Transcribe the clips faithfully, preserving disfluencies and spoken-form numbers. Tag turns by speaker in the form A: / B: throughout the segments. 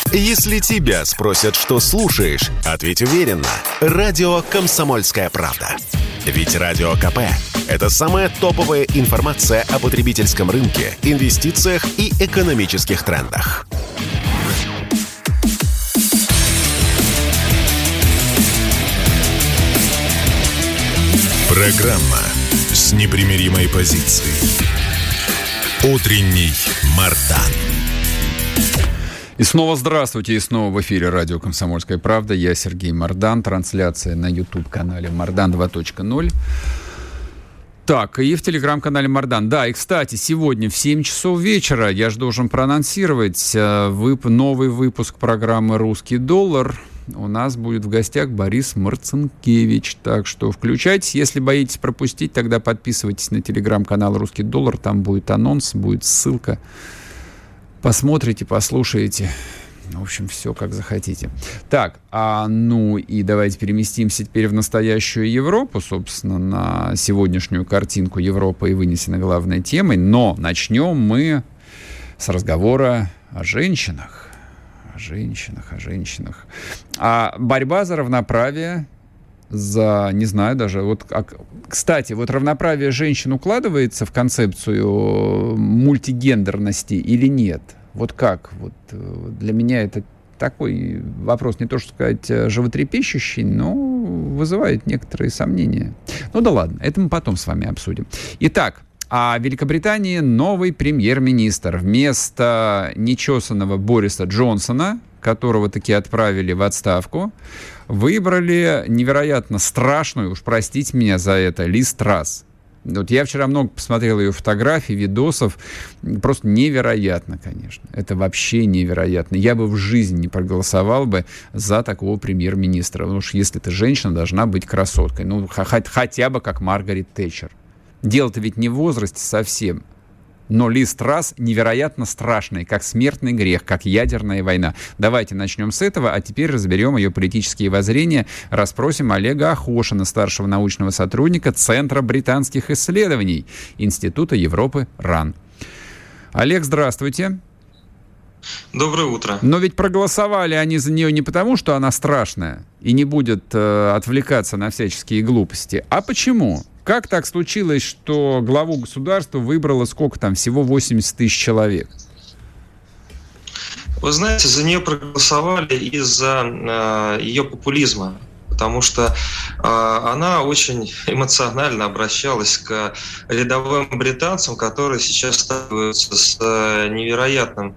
A: Если тебя спросят, что слушаешь, ответь уверенно. Радио «Комсомольская правда». Ведь Радио КП – это самая топовая информация о потребительском рынке, инвестициях и экономических трендах. Программа с непримиримой позицией. Утренний Мардан.
B: И снова здравствуйте, и снова в эфире радио «Комсомольская правда». Я Сергей Мардан, трансляция на YouTube-канале Мардан два точка ноль. Так, и в телеграм-канале Мардан. Да, и, кстати, сегодня в семь часов вечера я же должен проанонсировать вып- новый выпуск программы «Русский доллар». У нас будет в гостях Борис Марцинкевич. Так что включайтесь. Если боитесь пропустить, тогда подписывайтесь на телеграм-канал «Русский доллар». Там будет анонс, будет ссылка. Посмотрите, послушаете. В общем, все как захотите. Так, а ну и давайте переместимся теперь в настоящую Европу, собственно, на сегодняшнюю картинку Европы и вынесена главной темой. Но начнем мы с разговора о женщинах. О женщинах, о женщинах. А борьба за равноправие, за, не знаю даже, вот, а, кстати, вот равноправие женщин укладывается в концепцию мультигендерности или нет? Вот как? Вот для меня это такой вопрос, не то что сказать животрепещущий, но вызывает некоторые сомнения. Ну да ладно, это мы потом с вами обсудим. Итак, а в Великобритании новый премьер-министр. Вместо нечесанного Бориса Джонсона, которого таки отправили в отставку, выбрали невероятно страшную, уж простите меня за это, Лиз Трасс. Вот я вчера много посмотрел ее фотографий, видосов. Просто невероятно, конечно. Это вообще невероятно. Я бы в жизни не проголосовал бы за такого премьер-министра. Потому что если ты женщина, должна быть красоткой. Ну, хотя бы как Маргарет Тэтчер. Дело-то ведь не в возрасте совсем. Но Лиз Трасс невероятно страшный, как смертный грех, как ядерная война. Давайте начнем с этого, а теперь разберем ее политические воззрения. Расспросим Олега Ахошина, старшего научного сотрудника Центра британских исследований Института Европы РАН. Олег, здравствуйте.
C: Доброе утро.
B: Но ведь проголосовали они за нее не потому, что она страшная и не будет э, отвлекаться на всяческие глупости. А почему? Как так случилось, что главу государства выбрало сколько там, всего восемьдесят тысяч человек?
C: Вы знаете, за нее проголосовали из-за э, ее популизма, потому что э, она очень эмоционально обращалась к рядовым британцам, которые сейчас сталкиваются с э, невероятным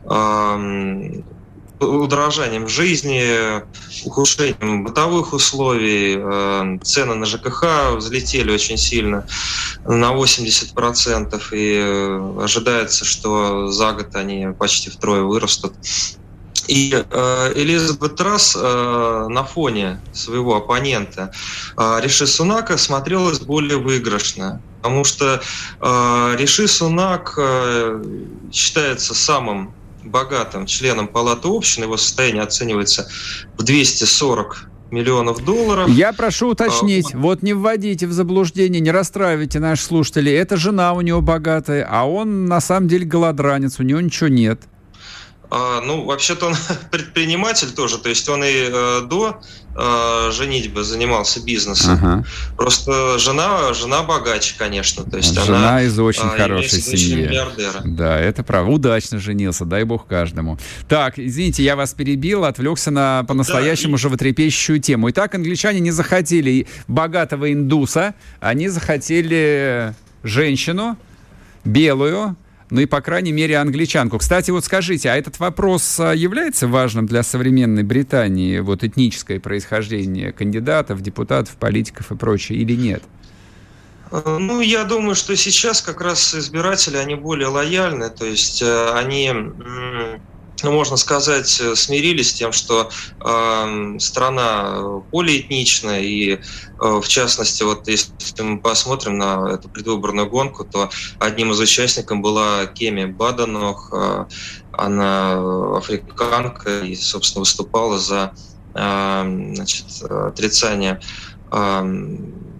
C: э, удорожанием жизни, ухудшением бытовых условий, цены на ЖКХ взлетели очень сильно, на восемьдесят процентов, и ожидается, что за год они почти втрое вырастут. И э, Элизабет Трасс э, на фоне своего оппонента э, Риши Сунака смотрелась более выигрышно, потому что э, Риши Сунак э, считается самым богатым членом Палаты общин, его состояние оценивается в двести сорок миллионов долларов.
B: Я прошу уточнить, а, вот не вводите в заблуждение, не расстраивайте наших слушателей. Это жена у него богатая, а он на самом деле голодранец, у него ничего нет.
C: А, ну, вообще-то он предприниматель тоже, то есть он и э, до э, женитьбы занимался бизнесом. Ага. Просто жена, жена богаче, конечно. То есть
B: жена
C: она,
B: из очень
C: э,
B: хорошей семьи. Да, это правда. Удачно женился, дай бог каждому. Так, извините, я вас перебил, отвлекся на по-настоящему да, и... животрепещущую тему. Итак, англичане не захотели богатого индуса, они захотели женщину белую, ну и, по крайней мере, англичанку. Кстати, вот скажите, а этот вопрос является важным для современной Британии, вот этническое происхождение кандидатов, депутатов, политиков и прочее, или нет?
C: Ну, я думаю, что сейчас как раз избиратели, они более лояльны, то есть они... Ну, можно сказать, смирились с тем, что э, страна полиэтнична, и, э, в частности, вот если мы посмотрим на эту предвыборную гонку, то одним из участников была Кеми Баданох, э, она африканка и, собственно, выступала за э, значит, отрицание, э,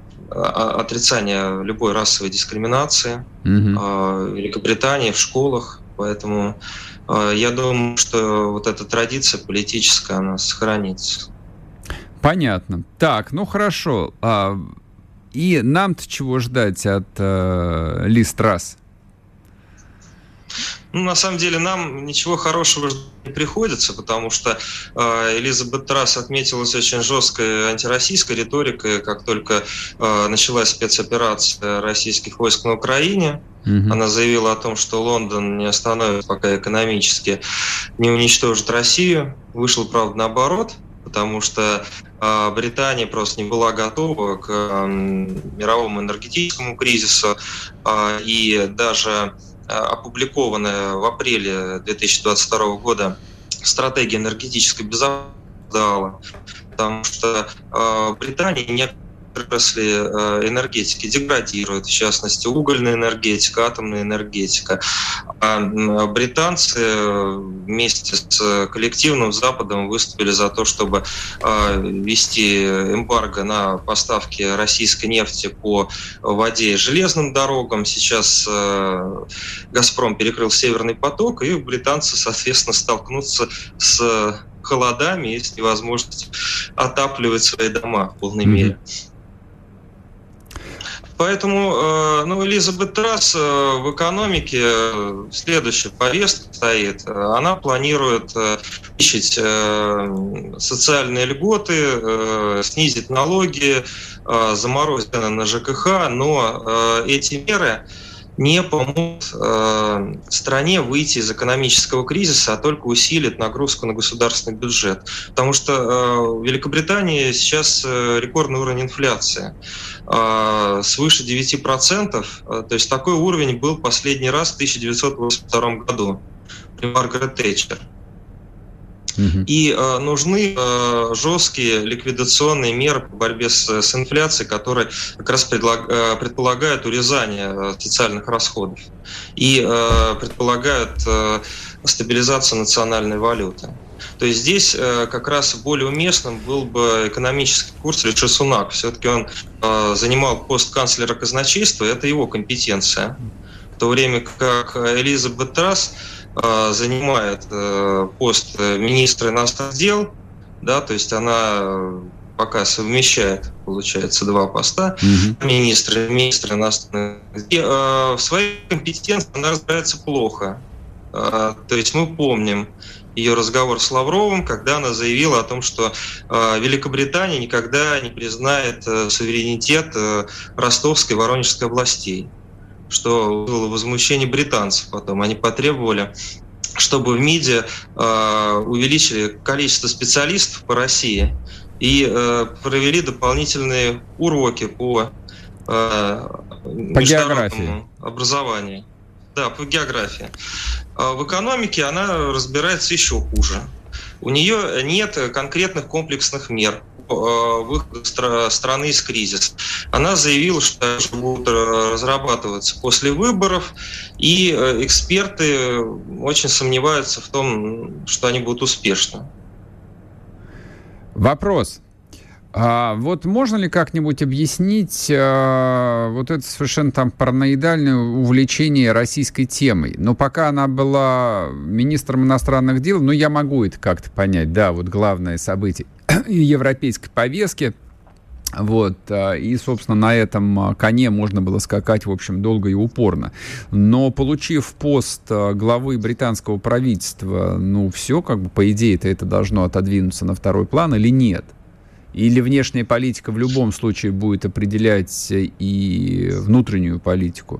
C: отрицание любой расовой дискриминации mm-hmm. э, в Великобритании, в школах, поэтому... я думаю, что вот эта традиция политическая, она сохранится.
B: Понятно. Так, ну хорошо. А, и нам-то чего ждать от э, Лиз Трасс?
C: Ну, на самом деле, нам ничего хорошего не приходится, потому что э, Элизабет Трасс отметилась очень жесткой антироссийской риторикой, как только э, началась спецоперация российских войск на Украине. Mm-hmm. Она заявила о том, что Лондон не остановит, пока экономически не уничтожит Россию. Вышло, правда, наоборот, потому что э, Британия просто не была готова к э, мировому энергетическому кризису, э, и даже опубликованная в апреле две тысячи двадцать второго года стратегия энергетической безопасности, потому что э, Британия не отрасли э, энергетики деградирует, в частности, угольная энергетика, атомная энергетика. А британцы вместе с коллективным Западом выступили за то, чтобы э, ввести эмбарго на поставки российской нефти по воде и железным дорогам. Сейчас э, «Газпром» перекрыл «Северный поток», и британцы, соответственно, столкнутся с холодами и с невозможностью отапливать свои дома в полной mm-hmm. мере. Поэтому ну, Элизабет Трасс в экономике следующая повестка стоит. Она планирует увеличить социальные льготы, снизить налоги, заморозить цены на ЖКХ, но эти меры не помогут э, стране выйти из экономического кризиса, а только усилит нагрузку на государственный бюджет. Потому что э, в Великобритании сейчас э, рекордный уровень инфляции, э, свыше девять процентов. Э, то есть такой уровень был последний раз в тысяча девятьсот восемьдесят втором году при Маргарет Тэтчер. Mm-hmm. И э, нужны э, жесткие ликвидационные меры по борьбе с, с инфляцией, которые как раз предлаг, э, предполагают урезание э, социальных расходов и э, предполагают э, стабилизацию национальной валюты. То есть здесь э, как раз более уместным был бы экономический курс Риши Сунак. Все-таки он э, занимал пост канцлера казначейства, это его компетенция. В то время как Элизабет Трасс занимает пост министра иностранных дел, да, то есть она пока совмещает, получается, два поста, mm-hmm. министра и министра иностранных дел. И э, в своей компетенции она разбирается плохо. Э, то есть мы помним ее разговор с Лавровым, когда она заявила о том, что э, Великобритания никогда не признает э, суверенитет э, Ростовской и Воронежской областей, что вызвало возмущение британцев потом. Они потребовали, чтобы в МИДе э, увеличили количество специалистов по России и э, провели дополнительные уроки по, э,
B: по международному
C: образованию. Да, по географии. А в экономике она разбирается еще хуже. У нее нет конкретных комплексных мер выхода страны из кризиса. Она заявила, что будут разрабатываться после выборов, и эксперты очень сомневаются в том, что они будут успешны.
B: Вопрос. А вот можно ли как-нибудь объяснить а, вот это совершенно там параноидальное увлечение российской темой? Но пока она была министром иностранных дел, ну, я могу это как-то понять, да, вот главное событие европейской повестки, вот, и, собственно, на этом коне можно было скакать, в общем, долго и упорно. Но, получив пост главы британского правительства, ну, все, как бы, по идее-то это должно отодвинуться на второй план или нет? Или внешняя политика в любом случае будет определять и внутреннюю политику?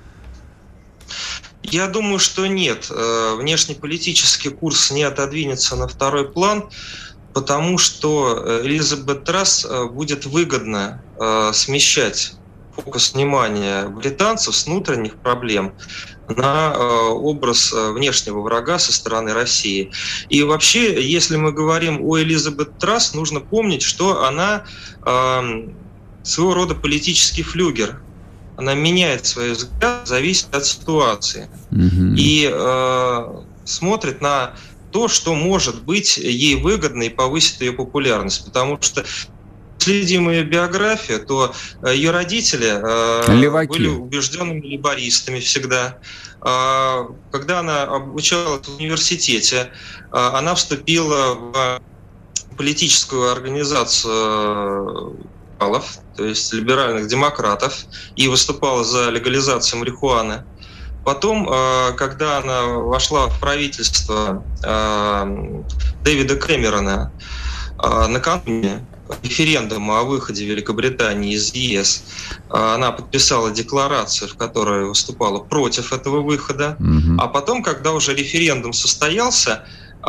C: Я думаю, что нет. Внешнеполитический курс не отодвинется на второй план, потому что Элизабет Трасс будет выгодно смещать фокус внимания британцев с внутренних проблем на образ внешнего врага со стороны России. И вообще, если мы говорим о Элизабет Трасс, нужно помнить, что она э, своего рода политический флюгер. Она меняет свои взгляды, зависит от ситуации. Mm-hmm. И э, смотрит на то, что может быть ей выгодно и повысит ее популярность. Потому что следим ее биографию, то ее родители э, были убежденными лейбористами всегда. Э, когда она обучалась в университете, э, она вступила в политическую организацию либералов, то есть либеральных демократов, и выступала за легализацию марихуаны. Потом, э, когда она вошла в правительство э, Дэвида Кэмерона, э, накануне референдума о выходе Великобритании из ЕС, она подписала декларацию, в которой выступала против этого выхода. Mm-hmm. А потом, когда уже референдум состоялся,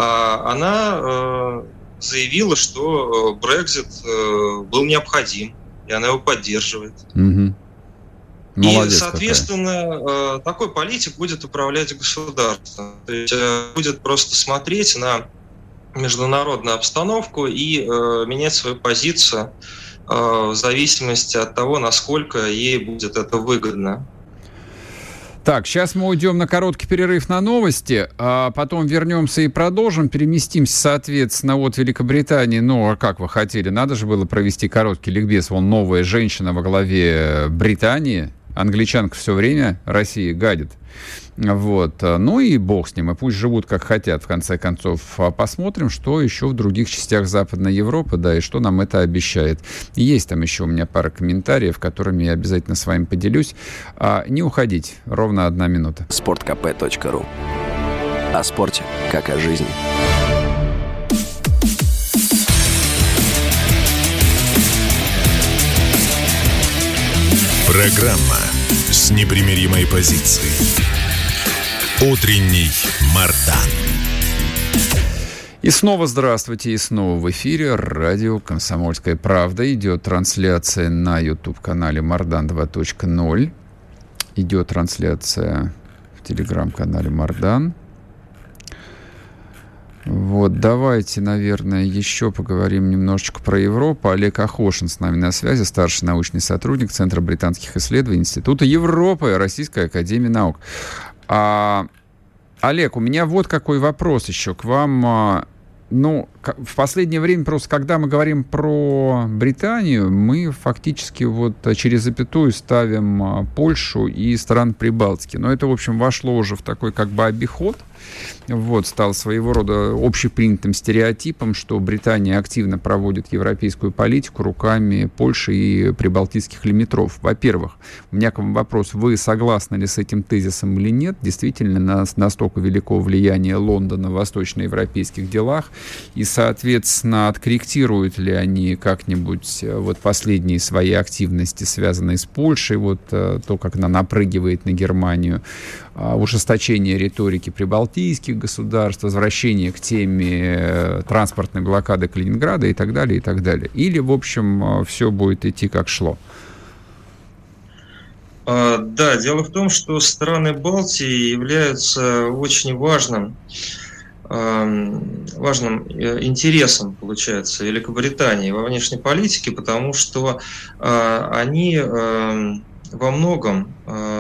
C: она заявила, что Брексит был необходим, и она его поддерживает. Mm-hmm. И, соответственно, какая. такой политик будет управлять государством. То есть будет просто смотреть на международную обстановку и э, менять свою позицию э, в зависимости от того, насколько ей будет это выгодно.
B: Так, сейчас мы уйдем на короткий перерыв на новости, а потом вернемся и продолжим, переместимся, соответственно, от Великобритании. Ну, а как вы хотели? Надо же было провести короткий ликбез. Вон новая женщина во главе Британии. Англичанка все время России гадит. Вот. Ну и бог с ним, и пусть живут как хотят, в конце концов. Посмотрим, что еще в других частях Западной Европы, да, и что нам это обещает. Есть там еще у меня пара комментариев, которыми я обязательно с вами поделюсь. А, не уходить, ровно одна минута.
D: спорт кэ пэ точка ру. О спорте, как о жизни.
A: Программа с непримиримой позицией. Утренний Мардан.
B: И снова здравствуйте, и снова в эфире радио «Комсомольская правда». Идет трансляция на YouTube-канале Мардан два точка ноль. Идет трансляция в телеграм-канале Мардан. Вот, давайте, наверное, еще поговорим немножечко про Европу. Олег Ахошин с нами на связи, старший научный сотрудник Центра британских исследований Института Европы Российской академии наук. А, Олег, у меня вот какой вопрос еще к вам. Ну, в последнее время просто, когда мы говорим про Британию, мы фактически вот через запятую ставим Польшу и страны Прибалтики. Но это, в общем, вошло уже в такой как бы обиход. Вот, стал своего рода общепринятым стереотипом, что Британия активно проводит европейскую политику руками Польши и прибалтийских лимитров. Во-первых, у меня к вам вопрос, вы согласны ли с этим тезисом или нет? Действительно, настолько велико влияние Лондона в восточноевропейских делах, и, соответственно, откорректируют ли они как-нибудь вот последние свои активности, связанные с Польшей, вот то, как она напрыгивает на Германию, ужесточение риторики прибалтийских государств, возвращение к теме транспортной блокады Калининграда и так далее, и так далее. Или, в общем, все будет идти как шло?
C: Да, дело в том, что страны Балтии являются очень важным, важным интересом, получается, Великобритании во внешней политике, потому что они во многом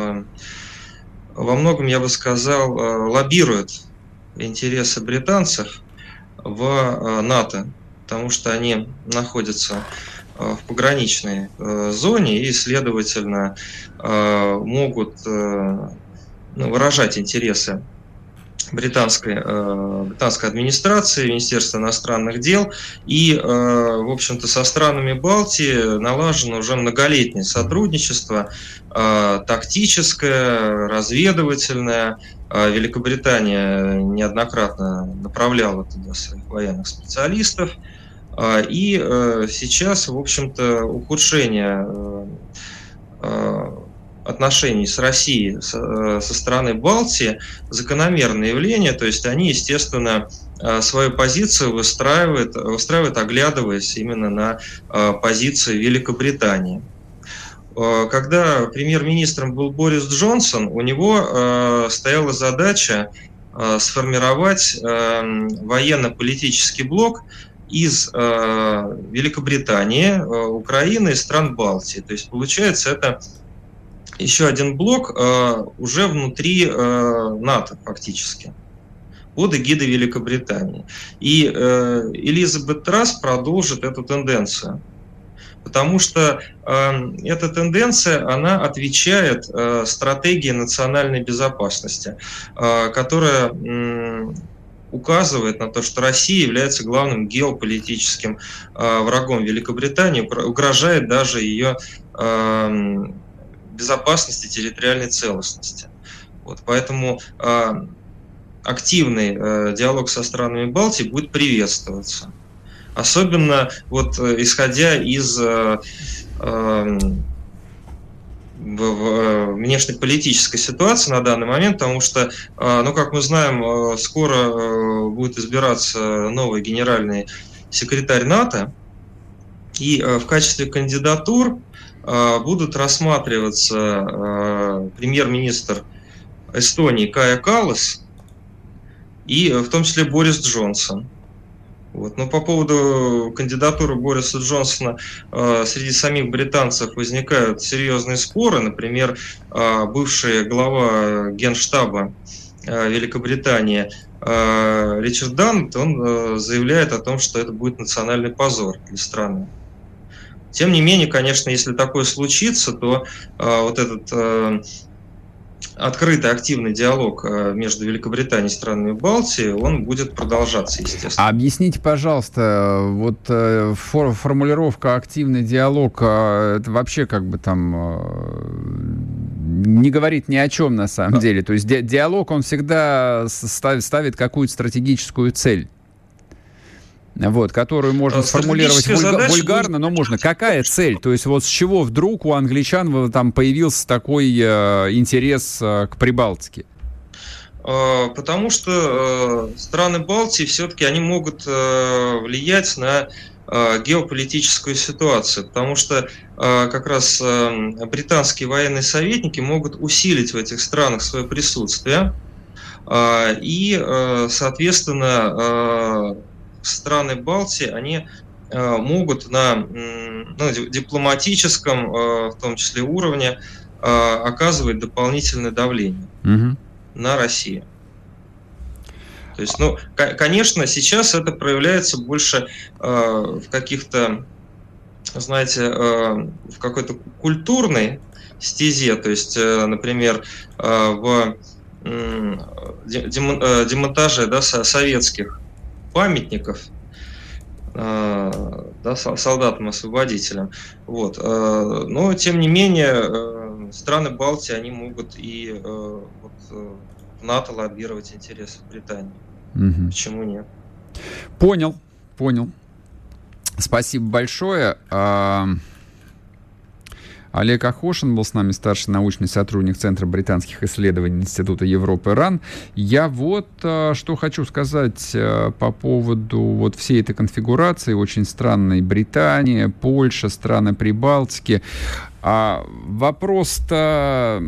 C: во многом, я бы сказал, лоббируют интересы британцев в НАТО, потому что они находятся в пограничной зоне и, следовательно, могут ну, выражать интересы британской, британской администрации, Министерства иностранных дел. И, в общем-то, со странами Балтии налажено уже многолетнее сотрудничество, тактическое, разведывательное. Великобритания неоднократно направляла туда своих военных специалистов. И сейчас, в общем-то, ухудшение отношений с Россией со, со стороны Балтии закономерное явление, то есть они, естественно, свою позицию выстраивают, выстраивают, оглядываясь именно на позиции Великобритании. Когда премьер-министром был Борис Джонсон, у него стояла задача сформировать военно-политический блок из Великобритании, Украины и стран Балтии. То есть, получается, это еще один блок э, уже внутри э, НАТО фактически, под эгидой Великобритании. И э, Элизабет Трасс продолжит эту тенденцию. потому что э, эта тенденция, она отвечает э, стратегии национальной безопасности, э, которая э, указывает на то, что Россия является главным геополитическим э, врагом Великобритании, угрожает даже ее э, безопасности, территориальной целостности. Вот, поэтому э, активный э, диалог со странами Балтии будет приветствоваться. Особенно вот, э, исходя из э, э, в, в внешнеполитической ситуации на данный момент, потому что, э, ну, как мы знаем, э, скоро э, будет избираться новый генеральный секретарь НАТО, и э, в качестве кандидатур э, будут рассматриваться э, премьер-министр Эстонии Кая Каллас и в том числе Борис Джонсон. Вот. Но по поводу кандидатуры Бориса Джонсона э, среди самих британцев возникают серьезные споры. Например, э, бывший глава Генштаба э, Великобритании э, Ричард Даннет, он э, заявляет о том, что это будет национальный позор для страны. Тем не менее, конечно, если такое случится, то э, вот этот э, открытый, активный диалог между Великобританией и странами Балтии, он будет продолжаться, естественно.
B: А объясните, пожалуйста, вот фор- формулировка «активный диалог», это вообще как бы там не говорит ни о чем на самом да. деле. То есть ди- диалог, он всегда ставит, ставит какую-то стратегическую цель. Вот, которую можно сформулировать вульга- вульгарно, но можно. Какая цель? То есть вот с чего вдруг у англичан там появился такой э, интерес э, к Прибалтике?
C: Потому что э, страны Балтии все-таки они могут э, влиять на э, геополитическую ситуацию, потому что э, как раз э, британские военные советники могут усилить в этих странах свое присутствие э, и, э, соответственно, э, страны Балтии, они э, могут на ну, дипломатическом, э, в том числе, уровне э, оказывать дополнительное давление угу. на Россию. То есть, ну, к- конечно, сейчас это проявляется больше э, в каких-то, знаете, э, в какой-то культурной стезе, то есть, э, например, э, в э, демонтаже да, советских памятников э, да, солдатам-освободителям. Вот. Э, но, тем не менее, э, страны Балтии, они могут и э, вот, э, в НАТО лоббировать интересы Британии. Угу. Почему нет?
B: Понял, понял. Спасибо большое. Олег Ахошин был с нами, старший научный сотрудник Центра британских исследований Института Европы РАН. Я вот а, что хочу сказать а, по поводу вот всей этой конфигурации, очень странной Британии, Польша, страны Прибалтики. А вопрос-то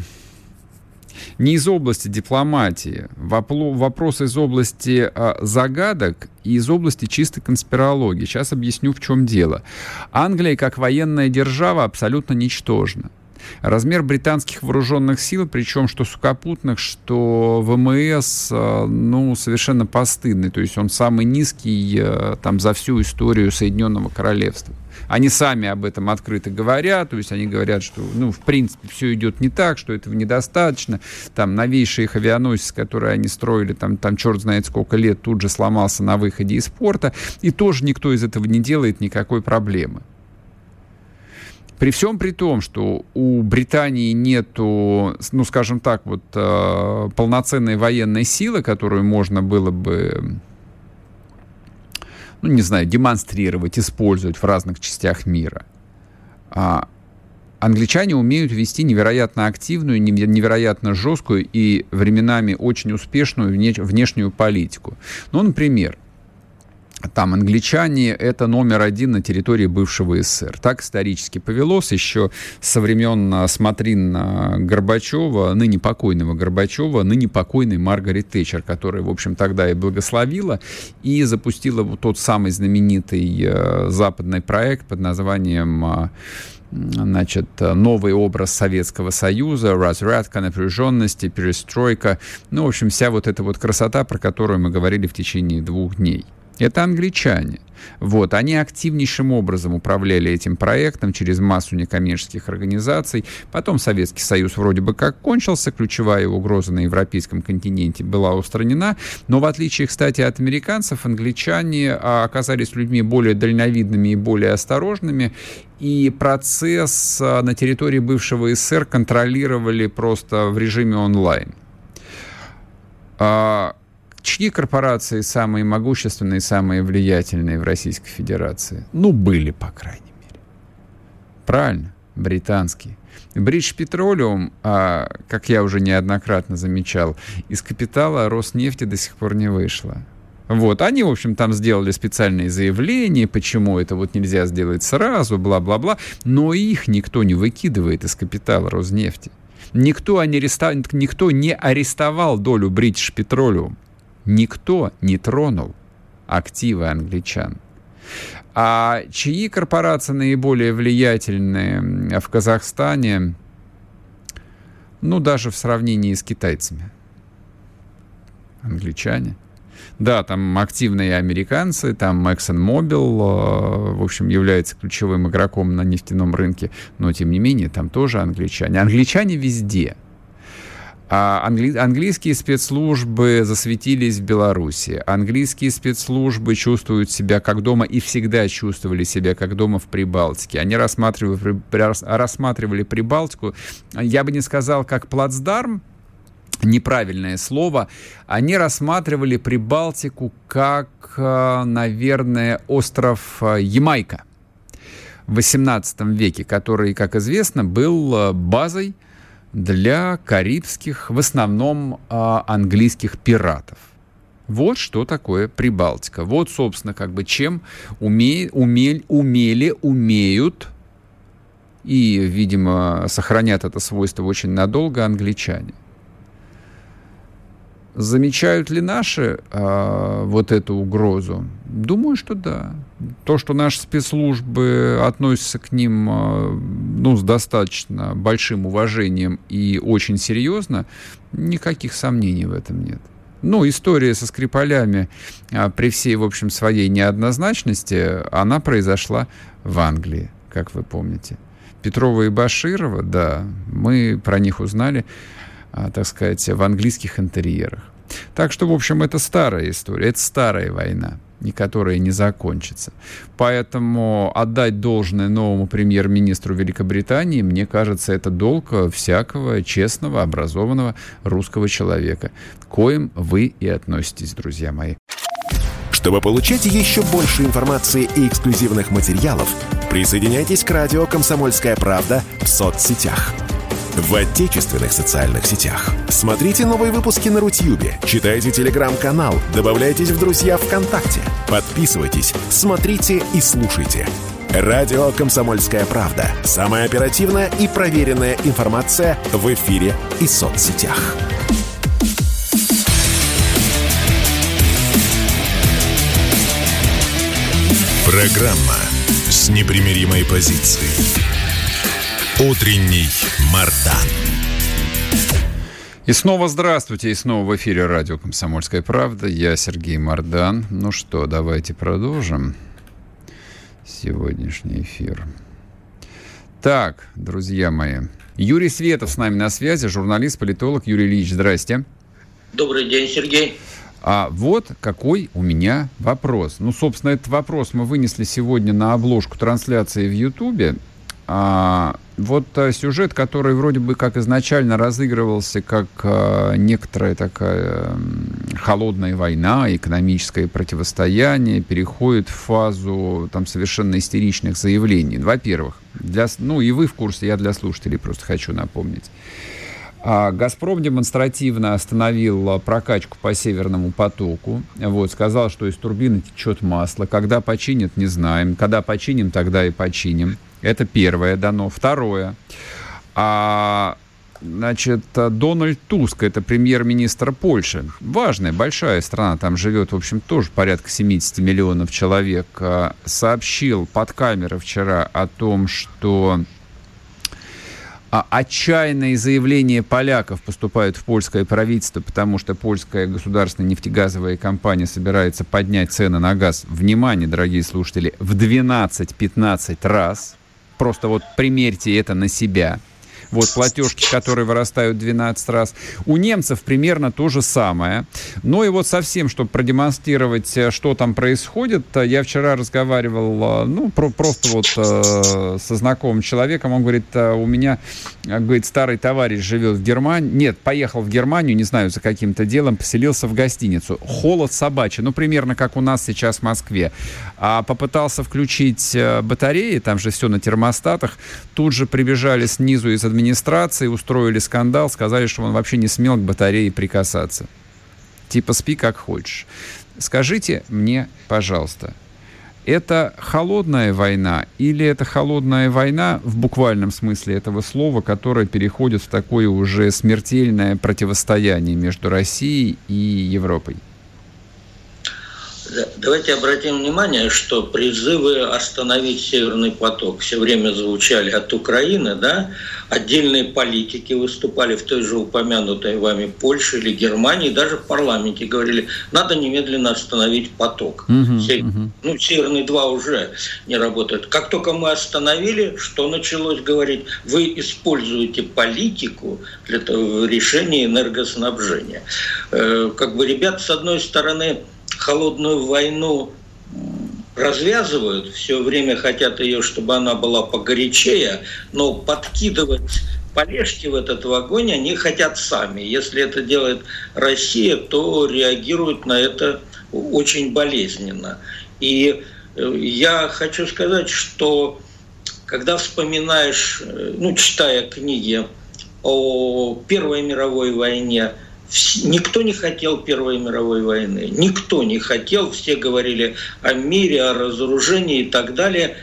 B: не из области дипломатии, вопрос из области а, загадок и из области чистой конспирологии. Сейчас объясню, в чем дело. Англия, как военная держава, абсолютно ничтожна. Размер британских вооруженных сил, причем что сухопутных, что ВМС, ну, совершенно постыдный. То есть он самый низкий там, за всю историю Соединенного Королевства. Они сами об этом открыто говорят, то есть они говорят, что, ну, в принципе, все идет не так, что этого недостаточно. Там новейший их авианосец, который они строили, там, там черт знает сколько лет, тут же сломался на выходе из порта, и тоже никто из этого не делает никакой проблемы. При всем при том, что у Британии нету, ну, скажем так, вот, э, полноценной военной силы, которую можно было бы, ну, не знаю, демонстрировать, использовать в разных частях мира. А англичане умеют вести невероятно активную, невероятно жесткую и временами очень успешную внешнюю политику. Ну, например, там англичане — это номер один на территории бывшего СССР. Так исторически повелось еще со времен смотрин Горбачева, ныне покойного Горбачева, ныне покойной Маргарет Тэтчер, которая, в общем, тогда и благословила, и запустила вот тот самый знаменитый э, западный проект под названием э, значит, новый образ Советского Союза, разрядка напряженности, перестройка. Ну, в общем, вся вот эта вот красота, про которую мы говорили в течение двух дней. Это англичане. Вот. Они активнейшим образом управляли этим проектом через массу некоммерческих организаций. Потом Советский Союз вроде бы как кончился, ключевая угроза на европейском континенте была устранена. Но в отличие, кстати, от американцев, англичане оказались людьми более дальновидными и более осторожными. И процесс на территории бывшего СССР контролировали просто в режиме онлайн. Чьи корпорации самые могущественные, самые влиятельные в Российской Федерации? Ну, были, по крайней мере. Правильно? Британские. British Petroleum, как я уже неоднократно замечал, из капитала Роснефти до сих пор не вышло. Вот, они, в общем, там сделали специальные заявления, почему это вот нельзя сделать сразу, бла-бла-бла, но их никто не выкидывает из капитала Роснефти. Никто не, арестов... никто не арестовал долю British Petroleum. Никто не тронул активы англичан. А чьи корпорации наиболее влиятельные в Казахстане, ну, даже в сравнении с китайцами? Англичане. Да, там активные американцы, там ExxonMobil, в общем, является ключевым игроком на нефтяном рынке, но, тем не менее, там тоже англичане. Англичане везде. А англи- английские спецслужбы засветились в Беларуси. Английские спецслужбы чувствуют себя как дома и всегда чувствовали себя как дома в Прибалтике. Они рассматривали, рассматривали Прибалтику, я бы не сказал, как плацдарм, неправильное слово, они рассматривали Прибалтику как, наверное, остров Ямайка в восемнадцатом веке, который, как известно, был базой для карибских, в основном английских пиратов. Вот что такое Прибалтика. Вот, собственно, как бы чем уме, умель, умели, умеют и, видимо, сохранят это свойство очень надолго англичане. Замечают ли наши э, вот эту угрозу? Думаю, что да. То, что наши спецслужбы относятся к ним э, ну, с достаточно большим уважением и очень серьезно, никаких сомнений в этом нет. Ну, история со Скрипалями э, при всей, в общем, своей неоднозначности, она произошла в Англии, как вы помните. Петрова и Баширова, да, мы про них узнали, так сказать, в английских интерьерах. Так что, в общем, это старая история, это старая война, и которая не закончится. Поэтому отдать должное новому премьер-министру Великобритании, мне кажется, это долг всякого честного, образованного русского человека, к коим вы и относитесь, друзья мои.
A: Чтобы получать еще больше информации и эксклюзивных материалов, присоединяйтесь к радио «Комсомольская правда» в соцсетях. В отечественных социальных сетях. Смотрите новые выпуски на Рутьюбе, читайте телеграм-канал, добавляйтесь в друзья ВКонтакте, подписывайтесь, смотрите и слушайте. Радио «Комсомольская правда». Самая оперативная и проверенная информация в эфире и соцсетях. Программа с непримиримой позицией. Утренний Мардан.
B: И снова здравствуйте, и снова в эфире радио «Комсомольская правда». Я Сергей Мардан. Ну что, давайте продолжим сегодняшний эфир. Так, друзья мои. Юрий Светов с нами на связи, журналист, политолог. Юрий Ильич, здрасте.
E: Добрый день, Сергей.
B: А вот какой у меня вопрос. Ну, собственно, этот вопрос мы вынесли сегодня на обложку трансляции в Ютубе. А, вот а, сюжет, который вроде бы как изначально разыгрывался как а, некоторая такая а, холодная война, экономическое противостояние, переходит в фазу там совершенно истеричных заявлений. Во-первых, для, ну и вы в курсе, я для слушателей просто хочу напомнить. А, «Газпром» демонстративно остановил прокачку по «Северному потоку». Вот, сказал, что из турбины течет масло. Когда починят, не знаем. Когда починим, тогда и починим. Это первое дано. Второе. А, значит, Дональд Туск, это премьер-министр Польши. Важная, большая страна. Там живет, в общем, тоже порядка семьдесят миллионов человек. Сообщил под камеры вчера о том, что а отчаянные заявления поляков поступают в польское правительство, потому что польская государственная нефтегазовая компания собирается поднять цены на газ, внимание, дорогие слушатели, в двенадцать-пятнадцать раз. Просто вот примерьте это на себя. Вот платежки, которые вырастают двенадцать раз. У немцев примерно то же самое. Но и вот совсем, чтобы продемонстрировать, что там происходит, я вчера разговаривал, ну, про, просто вот э, со знакомым человеком. Он говорит, у меня, говорит, старый товарищ живет в Германии. Нет, поехал в Германию, не знаю, за каким-то делом, поселился в гостиницу. Холод собачий, ну, примерно как у нас сейчас в Москве. А попытался включить батареи, там же все на термостатах. Тут же прибежали снизу из администрации, администрации, устроили скандал, сказали, что он вообще не смел к батарее прикасаться. Типа спи как хочешь. Скажите мне, пожалуйста, это холодная война или это холодная война в буквальном смысле этого слова, которая переходит в такое уже смертельное противостояние между Россией и Европой?
E: Давайте обратим внимание, что призывы остановить Северный поток все время звучали от Украины, да? Отдельные политики выступали в той же упомянутой вами Польше или Германии, даже в парламенте говорили, надо немедленно остановить поток. Uh-huh, Север... uh-huh. Ну, Северный два уже не работает. Как только мы остановили, что началось говорить? Вы используете политику для того, решения энергоснабжения. Э, как бы ребят, с одной стороны, холодную войну развязывают, все время хотят ее, чтобы она была погорячее, но подкидывать полежки в этот огонь они хотят сами. Если это делает Россия, то реагирует на это очень болезненно. И я хочу сказать, что когда вспоминаешь, ну, читая книги о Первой мировой войне, никто не хотел Первой мировой войны. Никто не хотел. Все говорили о мире, о разоружении и так далее.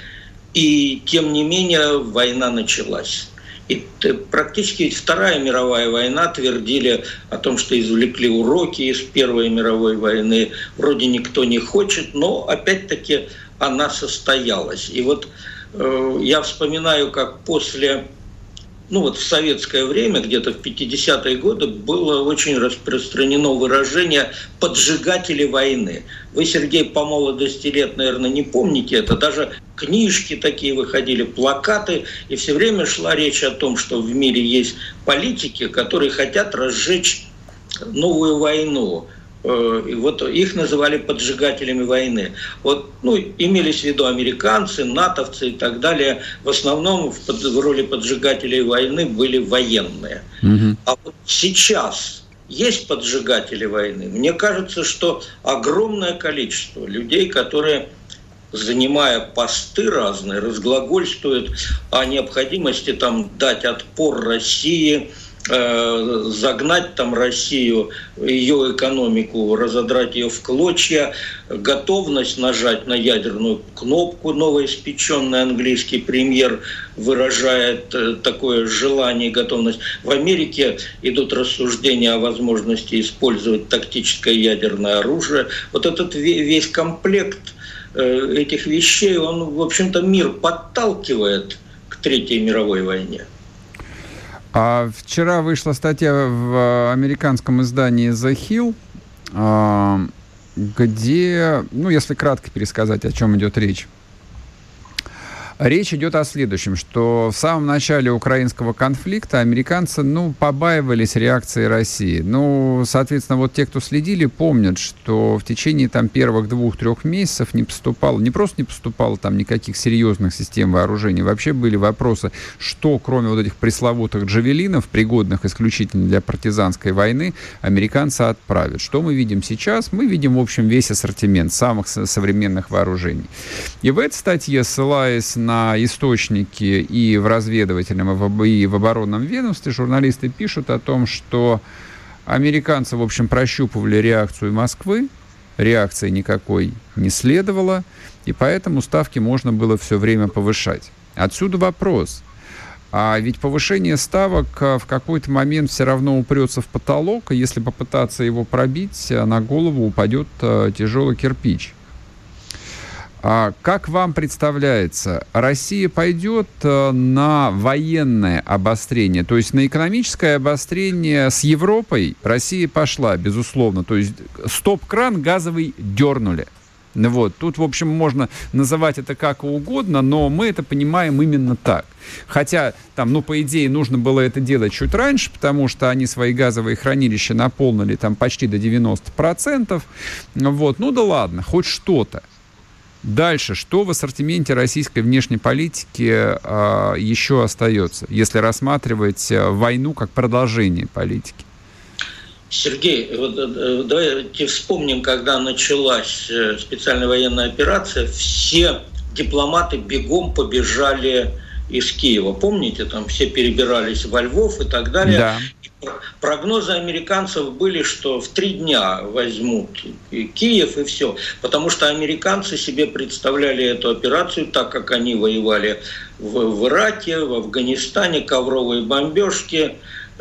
E: И тем не менее война началась. И практически Вторая мировая война твердили о том, что извлекли уроки из Первой мировой войны. Вроде никто не хочет, но опять-таки она состоялась. И вот э, я вспоминаю, как после... Ну вот в советское время, где-то в пятидесятые годы, было очень распространено выражение «поджигатели войны». Вы, Сергей, по молодости лет, наверное, не помните это. Даже книжки такие выходили, плакаты. И все время шла речь о том, что в мире есть политики, которые хотят разжечь новую войну. И вот их называли поджигателями войны. Вот, ну, имелись в виду американцы, натовцы и так далее. В основном в, под, в роли поджигателей войны были военные. Mm-hmm. А вот сейчас есть поджигатели войны. Мне кажется, что огромное количество людей, которые, занимая посты разные, разглагольствуют о необходимости там, дать отпор России, загнать там Россию, ее экономику, разодрать ее в клочья, готовность нажать на ядерную кнопку. Новоиспеченный английский премьер выражает такое желание и готовность. В Америке идут рассуждения о возможности использовать тактическое ядерное оружие. Вот этот весь комплект этих вещей, он, в общем-то, мир подталкивает к Третьей мировой войне.
B: А вчера вышла статья в американском издании The Hill, где, ну, если кратко пересказать, о чем идет речь. Речь идет о следующем, что в самом начале украинского конфликта американцы, ну, побаивались реакции России. Ну, соответственно, вот те, кто следили, помнят, что в течение там первых двух-трех месяцев не поступало, не просто не поступало там никаких серьезных систем вооружений, вообще были вопросы, что кроме вот этих пресловутых джавелинов, пригодных исключительно для партизанской войны, американцы отправят. Что мы видим сейчас? Мы видим, в общем, весь ассортимент самых современных вооружений. И в этой статье, ссылаясь на на источники и в разведывательном, и в оборонном ведомстве, журналисты пишут о том, что американцы, в общем, прощупывали реакцию Москвы, реакции никакой не следовало, и поэтому ставки можно было все время повышать. Отсюда вопрос. А ведь повышение ставок в какой-то момент все равно упрется в потолок, и если попытаться его пробить, на голову упадет тяжелый кирпич. А как вам представляется, Россия пойдет на военное обострение, то есть на экономическое обострение с Европой Россия пошла, безусловно, то есть стоп-кран газовый дернули. Вот. Тут, в общем, можно называть это как угодно, но мы это понимаем именно так. Хотя, там, ну, по идее, нужно было это делать чуть раньше, потому что они свои газовые хранилища наполнили там почти до девяносто процентов. Вот. Ну да ладно, хоть что-то. Дальше, что в ассортименте российской внешней политики а, еще остается, если рассматривать войну как продолжение политики?
E: Сергей, вот, давайте вспомним, когда началась специальная военная операция, все дипломаты бегом побежали из Киева. Помните, там все перебирались во Львов и так далее.
B: Да.
E: Прогнозы американцев были, что в три дня возьмут Киев и все. Потому что американцы себе представляли эту операцию так, как они воевали в, в Ираке, в Афганистане, ковровые бомбежки,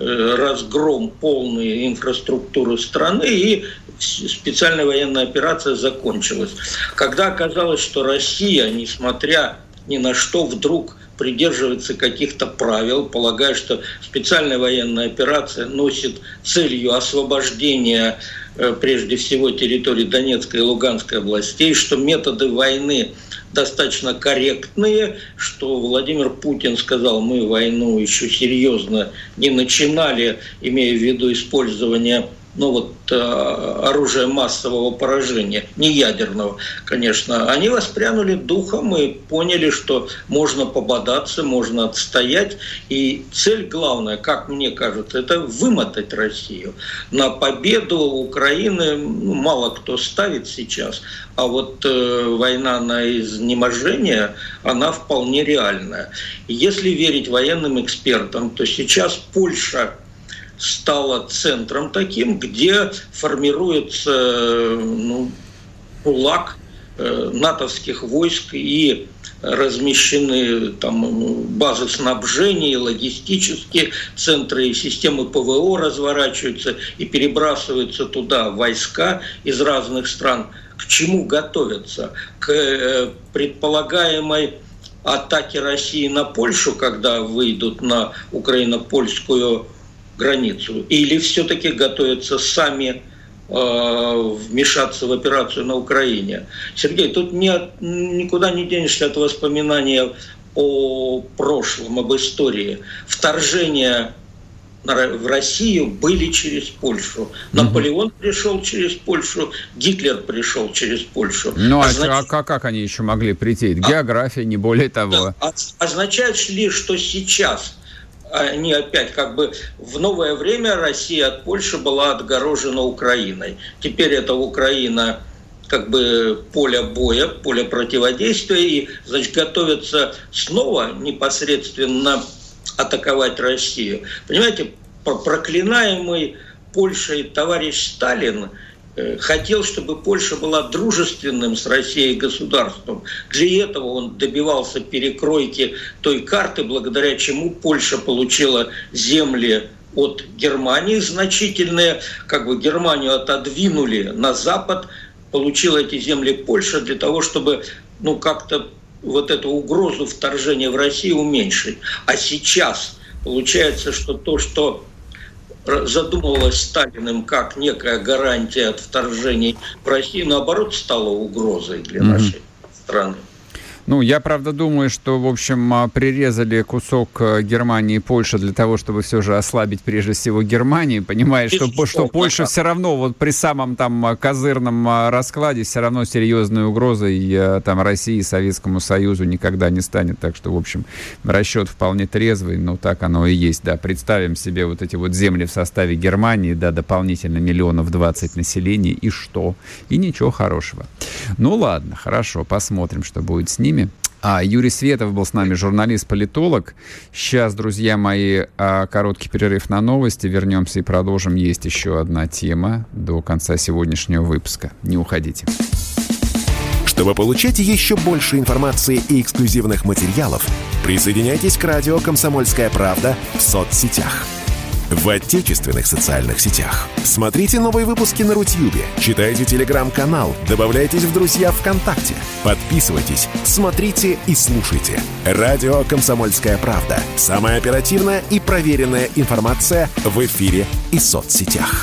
E: разгром полной инфраструктуры страны, и специальная военная операция закончилась. Когда оказалось, что Россия, несмотря ни на что, вдруг придерживается каких-то правил, полагая, что специальная военная операция носит целью освобождения прежде всего территории Донецкой и Луганской областей, что методы войны достаточно корректные, что Владимир Путин сказал, мы войну еще серьезно не начинали, имея в виду использование ну вот, оружия массового поражения, не ядерного, конечно. Они воспрянули духом и поняли, что можно пободаться, можно отстоять. И цель главная, как мне кажется, это вымотать Россию. На победу Украины мало кто ставит сейчас, а вот э, война на изнеможение, она вполне реальная. Если верить военным экспертам, то сейчас Польша стала центром таким, где формируется ну, кулак э, натовских войск и размещены там базы снабжения, логистические центры, и системы ПВО разворачиваются и перебрасываются туда войска из разных стран. К чему готовятся? К э, предполагаемой атаке России на Польшу, когда выйдут на украино-польскую границу, или все-таки готовятся сами э, вмешаться в операцию на Украине? Сергей, тут не, никуда не денешься от воспоминания о прошлом, об истории. Вторжения в Россию были через Польшу. Наполеон пришел через Польшу, Гитлер пришел через Польшу.
B: Ну, а, Означ... а как они еще могли прийти? География, не более того.
E: Да. Означает ли, что сейчас они опять как бы в новое время Россия от Польши была отгорожена Украиной. Теперь это Украина как бы поле боя, поле противодействия, и, значит, готовятся снова непосредственно атаковать Россию. Понимаете, проклинаемый Польшей товарищ Сталин хотел, чтобы Польша была дружественным с Россией государством. Для этого он добивался перекройки той карты, благодаря чему Польша получила земли от Германии значительные. Как бы Германию отодвинули на запад, получила эти земли Польша для того, чтобы ну, как-то вот эту угрозу вторжения в Россию уменьшить. А сейчас получается, что то, что задумывалось Сталиным как некая гарантия от вторжений в Россию, наоборот, стало угрозой для нашей mm-hmm. страны.
B: Ну, я, правда, думаю, что, в общем, прирезали кусок Германии и Польши для того, чтобы все же ослабить, прежде всего, Германию, понимая, что, что Польша все равно вот при самом там козырном раскладе все равно серьезной угрозой там России и Советскому Союзу никогда не станет. Так что, в общем, расчет вполне трезвый, но так оно и есть, да. Представим себе вот эти вот земли в составе Германии, да, дополнительно миллионов двадцать населения, и что? И ничего хорошего. Ну, ладно, хорошо, посмотрим, что будет с ними. А, Юрий Светов был с нами, журналист-политолог. Сейчас, друзья мои, короткий перерыв на новости. Вернемся и продолжим. Есть еще одна тема до конца сегодняшнего выпуска. Не уходите.
A: Чтобы получать еще больше информации и эксклюзивных материалов, присоединяйтесь к радио «Комсомольская правда» в соцсетях. в отечественных социальных сетях. Смотрите новые выпуски на Рутьюбе, читайте телеграм-канал, добавляйтесь в друзья ВКонтакте, подписывайтесь, смотрите и слушайте. Радио «Комсомольская правда». Самая оперативная и проверенная информация в эфире и соцсетях.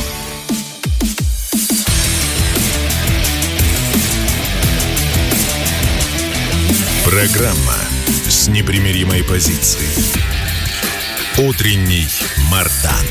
A: Программа с непримиримой позицией. Утренний Мардан.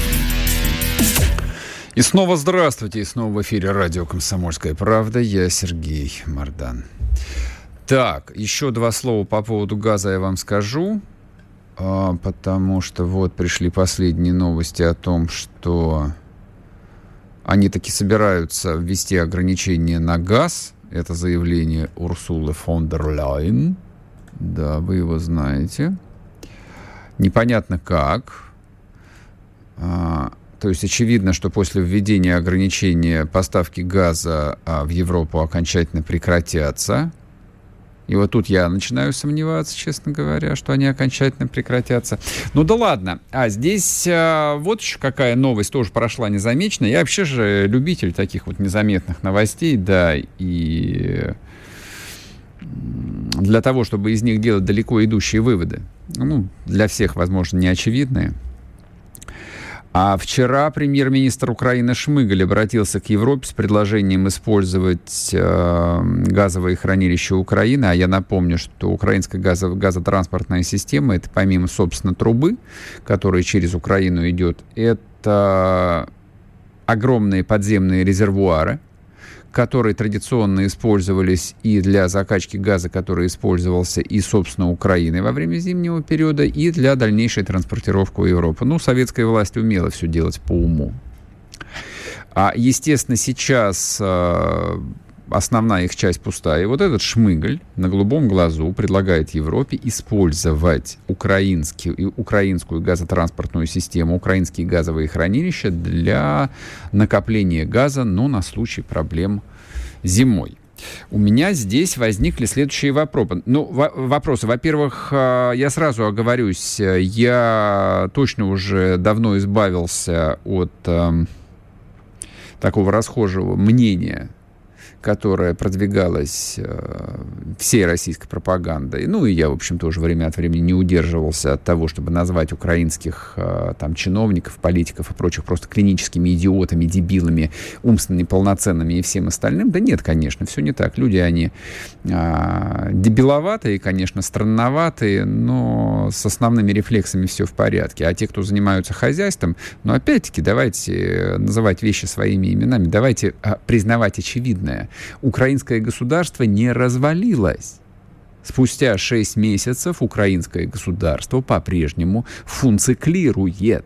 B: И снова здравствуйте, и снова в эфире радио «Комсомольская правда». Я Сергей Мардан. Так, еще два слова по поводу газа я вам скажу, потому что вот пришли последние новости о том, что они таки собираются ввести ограничения на газ. Это заявление Урсулы фон дер Ляйен. Да, вы его знаете. Непонятно как. А, то есть очевидно, что после введения ограничения поставки газа а, в Европу окончательно прекратятся. И вот тут я начинаю сомневаться, честно говоря, что они окончательно прекратятся. Ну да ладно. А здесь а, вот еще какая новость тоже прошла незамеченно. Я вообще же любитель таких вот незаметных новостей, да, и для того, чтобы из них делать далеко идущие выводы. Ну, для всех, возможно, не очевидные. А вчера премьер-министр Украины Шмыгаль обратился к Европе с предложением использовать э, газовые хранилища Украины. А я напомню, что украинская газо- газотранспортная система, это помимо, собственно, трубы, которая через Украину идет, это огромные подземные резервуары, которые традиционно использовались и для закачки газа, который использовался и, собственно, Украиной во время зимнего периода, и для дальнейшей транспортировки в Европу. Ну, советская власть умела все делать по уму. А, естественно, сейчас э, основная их часть пустая. И вот этот Шмыгаль на голубом глазу предлагает Европе использовать украинский, украинскую газотранспортную систему, украинские газовые хранилища для накопления газа, но на случай проблем зимой. У меня здесь возникли следующие вопросы. Ну, во- вопросы. Во-первых, я сразу оговорюсь, я точно уже давно избавился от э, такого расхожего мнения, которая продвигалась э, всей российской пропагандой. Ну, и я, в общем, тоже время от времени не удерживался от того, чтобы назвать украинских э, там, чиновников, политиков и прочих просто клиническими идиотами, дебилами, умственно неполноценными и всем остальным. Да нет, конечно, все не так. Люди, они э, дебиловатые, конечно, странноватые, но с основными рефлексами все в порядке. А те, кто занимаются хозяйством, ну, опять-таки, давайте называть вещи своими именами, давайте э, признавать очевидное. Украинское государство не развалилось. Спустя шесть месяцев украинское государство по-прежнему функционирует.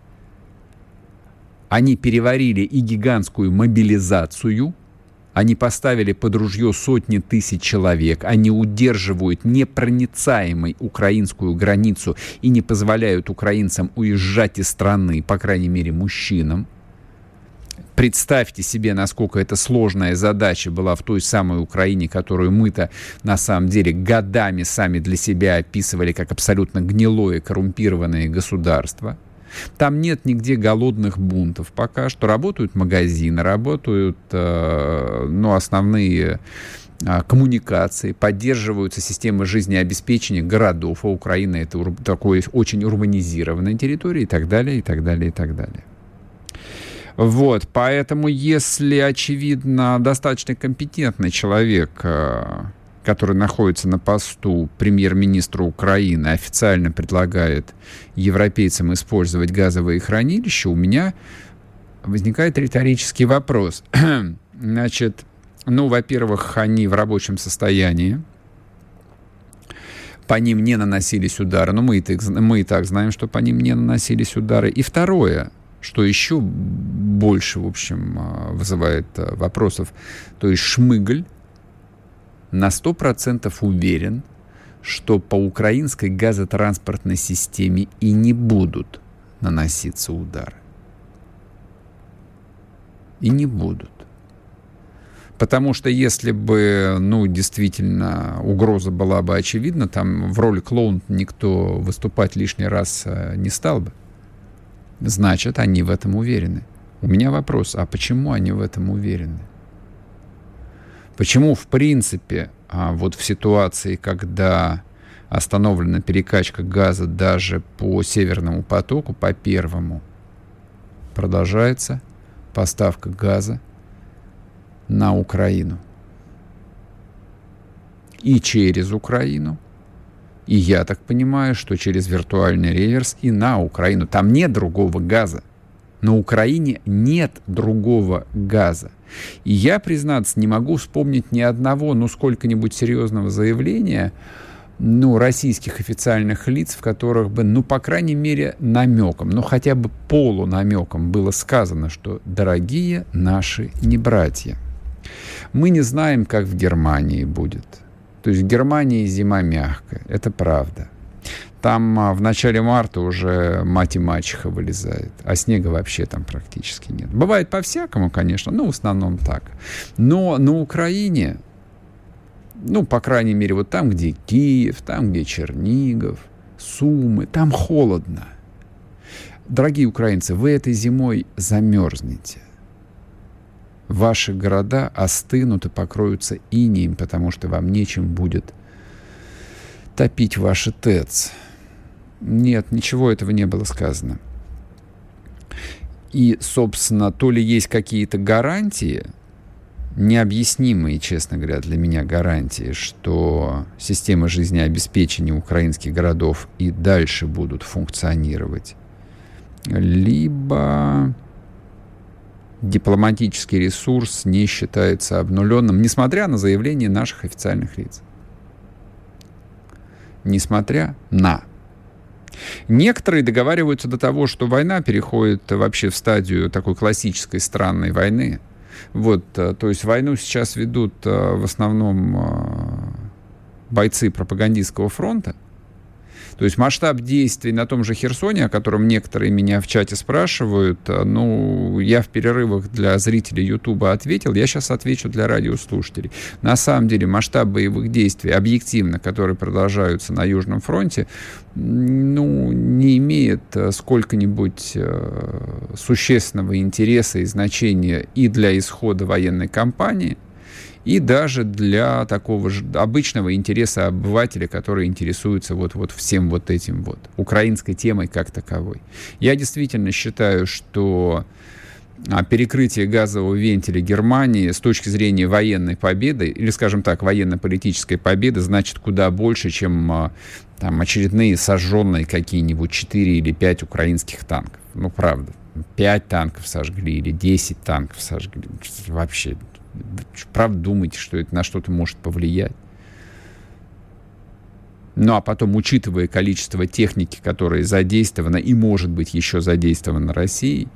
B: Они переварили и гигантскую мобилизацию, они поставили под ружье сотни тысяч человек, они удерживают непроницаемой украинскую границу и не позволяют украинцам уезжать из страны, по крайней мере, мужчинам. Представьте себе, насколько это сложная задача была в той самой Украине, которую мы-то на самом деле годами сами для себя описывали как абсолютно гнилое, коррумпированное государство. Там нет нигде голодных бунтов. Пока что работают магазины, работают э, ну, основные э, коммуникации, поддерживаются системы жизнеобеспечения городов. А Украина — это ур- такой очень урбанизированная территория и так далее, и так далее, и так далее. Вот, поэтому, если, очевидно, достаточно компетентный человек, который находится на посту премьер-министра Украины, официально предлагает европейцам использовать газовые хранилища, у меня возникает риторический вопрос. Значит, ну, во-первых, они в рабочем состоянии, по ним не наносились удары, но мы и так, мы и так знаем, что по ним не наносились удары. И второе, что еще больше, в общем, вызывает вопросов, то есть Шмыгаль на сто процентов уверен, что по украинской газотранспортной системе и не будут наноситься удары. И не будут. Потому что если бы, ну, действительно, угроза была бы очевидна, там в роли клоуна никто выступать лишний раз не стал бы. Значит, они в этом уверены. У меня вопрос, а почему они в этом уверены? Почему, в принципе, вот в ситуации, когда остановлена перекачка газа даже по Северному потоку, по первому, продолжается поставка газа на Украину? И через Украину, и я так понимаю, что через виртуальный реверс и на Украину. Там нет другого газа. На Украине нет другого газа. И я, признаться, не могу вспомнить ни одного, ну, сколько-нибудь серьезного заявления, ну, российских официальных лиц, в которых бы, ну, по крайней мере, намеком, ну, хотя бы полунамеком было сказано, что «дорогие наши небратья». Мы не знаем, как в Германии будет. То есть в Германии зима мягкая, это правда. Там а, в начале марта уже мать и мачеха вылезает, а снега вообще там практически нет. Бывает по-всякому, конечно, но в основном так. Но на Украине, ну, по крайней мере, вот там, где Киев, там, где Чернигов, Сумы, там холодно. Дорогие украинцы, вы этой зимой замерзнете. Ваши города остынут и покроются инеем, потому что вам нечем будет топить ваши ТЭЦ. Нет, ничего этого не было сказано. И, собственно, то ли есть какие-то гарантии, необъяснимые, честно говоря, для меня гарантии, что системы жизнеобеспечения украинских городов и дальше будут функционировать, либо дипломатический ресурс не считается обнуленным, несмотря на заявления наших официальных лиц. Несмотря на. Некоторые договариваются до того, что война переходит вообще в стадию такой классической странной войны. Вот, то есть войну сейчас ведут в основном бойцы пропагандистского фронта. То есть масштаб действий на том же Херсоне, о котором некоторые меня в чате спрашивают, ну, я в перерывах для зрителей Ютуба ответил, я сейчас отвечу для радиослушателей. На самом деле масштаб боевых действий, объективно, которые продолжаются на Южном фронте, ну, не имеет сколько-нибудь существенного интереса и значения и для исхода военной кампании, и даже для такого же обычного интереса обывателя, который интересуется вот, вот всем вот этим вот, украинской темой как таковой. Я действительно считаю, что перекрытие газового вентиля Германии с точки зрения военной победы, или, скажем так, военно-политической победы, значит куда больше, чем там, очередные сожженные какие-нибудь четыре или пять украинских танков. Ну, правда. пять танков сожгли или десять танков сожгли. Вообще... Правда, думаете, что это на что-то может повлиять? Ну, а потом, учитывая количество техники, которая задействована и, может быть, еще задействована Россией,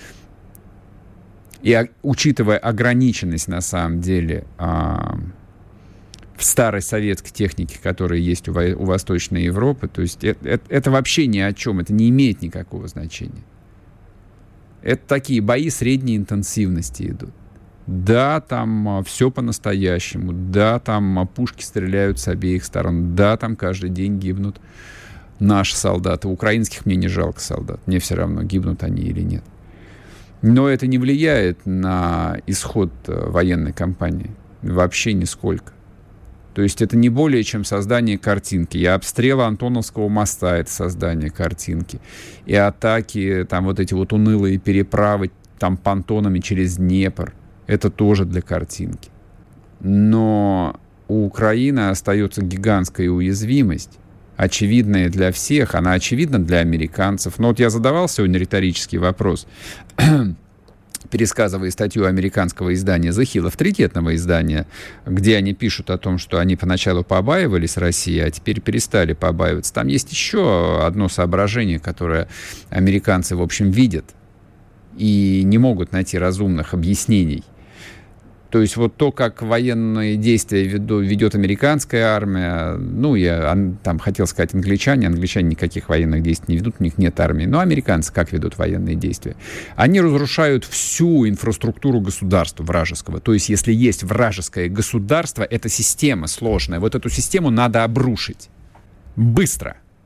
B: и а, учитывая ограниченность, на самом деле, а, в старой советской технике, которая есть у, у Восточной Европы, то есть это, это, это вообще ни о чем, это не имеет никакого значения. Это такие бои средней интенсивности идут. Да, там все по-настоящему. Да, там пушки стреляют с обеих сторон. Да, там каждый день гибнут наши солдаты. Украинских мне не жалко солдат. Мне все равно, гибнут они или нет. Но это не влияет на исход военной кампании. Вообще нисколько. То есть это не более чем создание картинки. И обстрелы Антоновского моста — это создание картинки. И атаки, там вот эти вот унылые переправы там понтонами через Днепр — это тоже для картинки. Но у Украины остается гигантская уязвимость, очевидная для всех, она очевидна для американцев. Но вот я задавал сегодня риторический вопрос, пересказывая статью американского издания The Hill, авторитетного издания, где они пишут о том, что они поначалу побаивались России, а теперь перестали побаиваться. Там есть еще одно соображение, которое американцы, в общем, видят и не могут найти разумных объяснений. То есть вот то, как военные действия веду, ведет американская армия, ну, я там хотел сказать англичане, англичане никаких военных действий не ведут, у них нет армии, но американцы как ведут военные действия? Они разрушают всю инфраструктуру государства вражеского. То есть если есть вражеское государство, это система сложная. Вот эту систему надо обрушить. Быстро.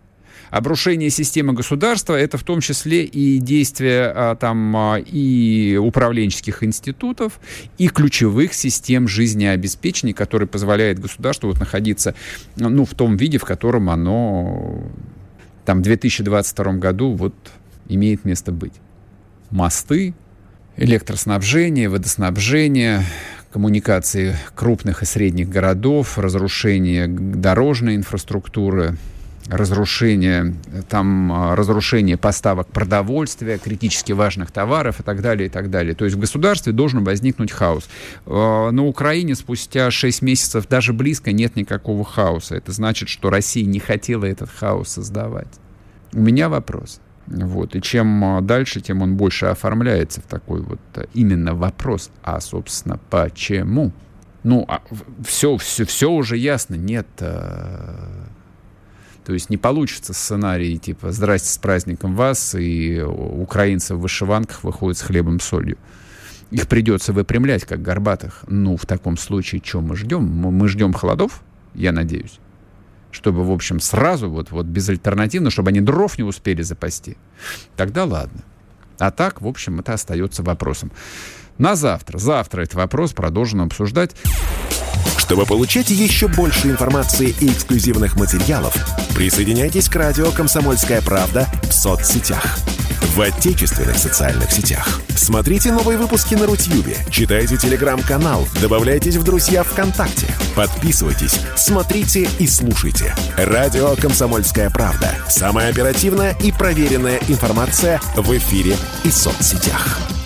B: Обрушение системы государства — это в том числе и действия там и управленческих институтов, и ключевых систем жизнеобеспечения, которые позволяют государству вот находиться, ну, в том виде, в котором оно там в две тысячи двадцать втором году вот имеет место быть. Мосты, электроснабжение, водоснабжение, коммуникации крупных и средних городов, разрушение дорожной инфраструктуры, разрушение, там, разрушение поставок продовольствия, критически важных товаров и так далее, и так далее. То есть в государстве должен возникнуть хаос. На Украине спустя шесть месяцев даже близко нет никакого хаоса. Это значит, что Россия не хотела этот хаос создавать. У меня вопрос. Вот. И чем дальше, тем он больше оформляется в такой вот именно вопрос. А, собственно, почему? Ну, а все, все, все уже ясно. Нет. А... То есть не получится сценарий типа «Здрасте, с праздником вас», и украинцы в вышиванках выходят с хлебом и солью. Их придется выпрямлять, как горбатых. Ну, в таком случае, что мы ждем? Мы ждем холодов, я надеюсь. Чтобы, в общем, сразу, вот, вот безальтернативно, чтобы они дров не успели запасти. Тогда ладно. А так, в общем, это остается вопросом. На завтра. Завтра этот вопрос продолжим обсуждать.
A: Чтобы получать еще больше информации и эксклюзивных материалов, присоединяйтесь к радио «Комсомольская правда» в соцсетях. В отечественных социальных сетях. Смотрите новые выпуски на Рутьюбе, читайте телеграм-канал, добавляйтесь в друзья ВКонтакте, подписывайтесь, смотрите и слушайте. Радио «Комсомольская правда». Самая оперативная и проверенная информация в эфире и соцсетях.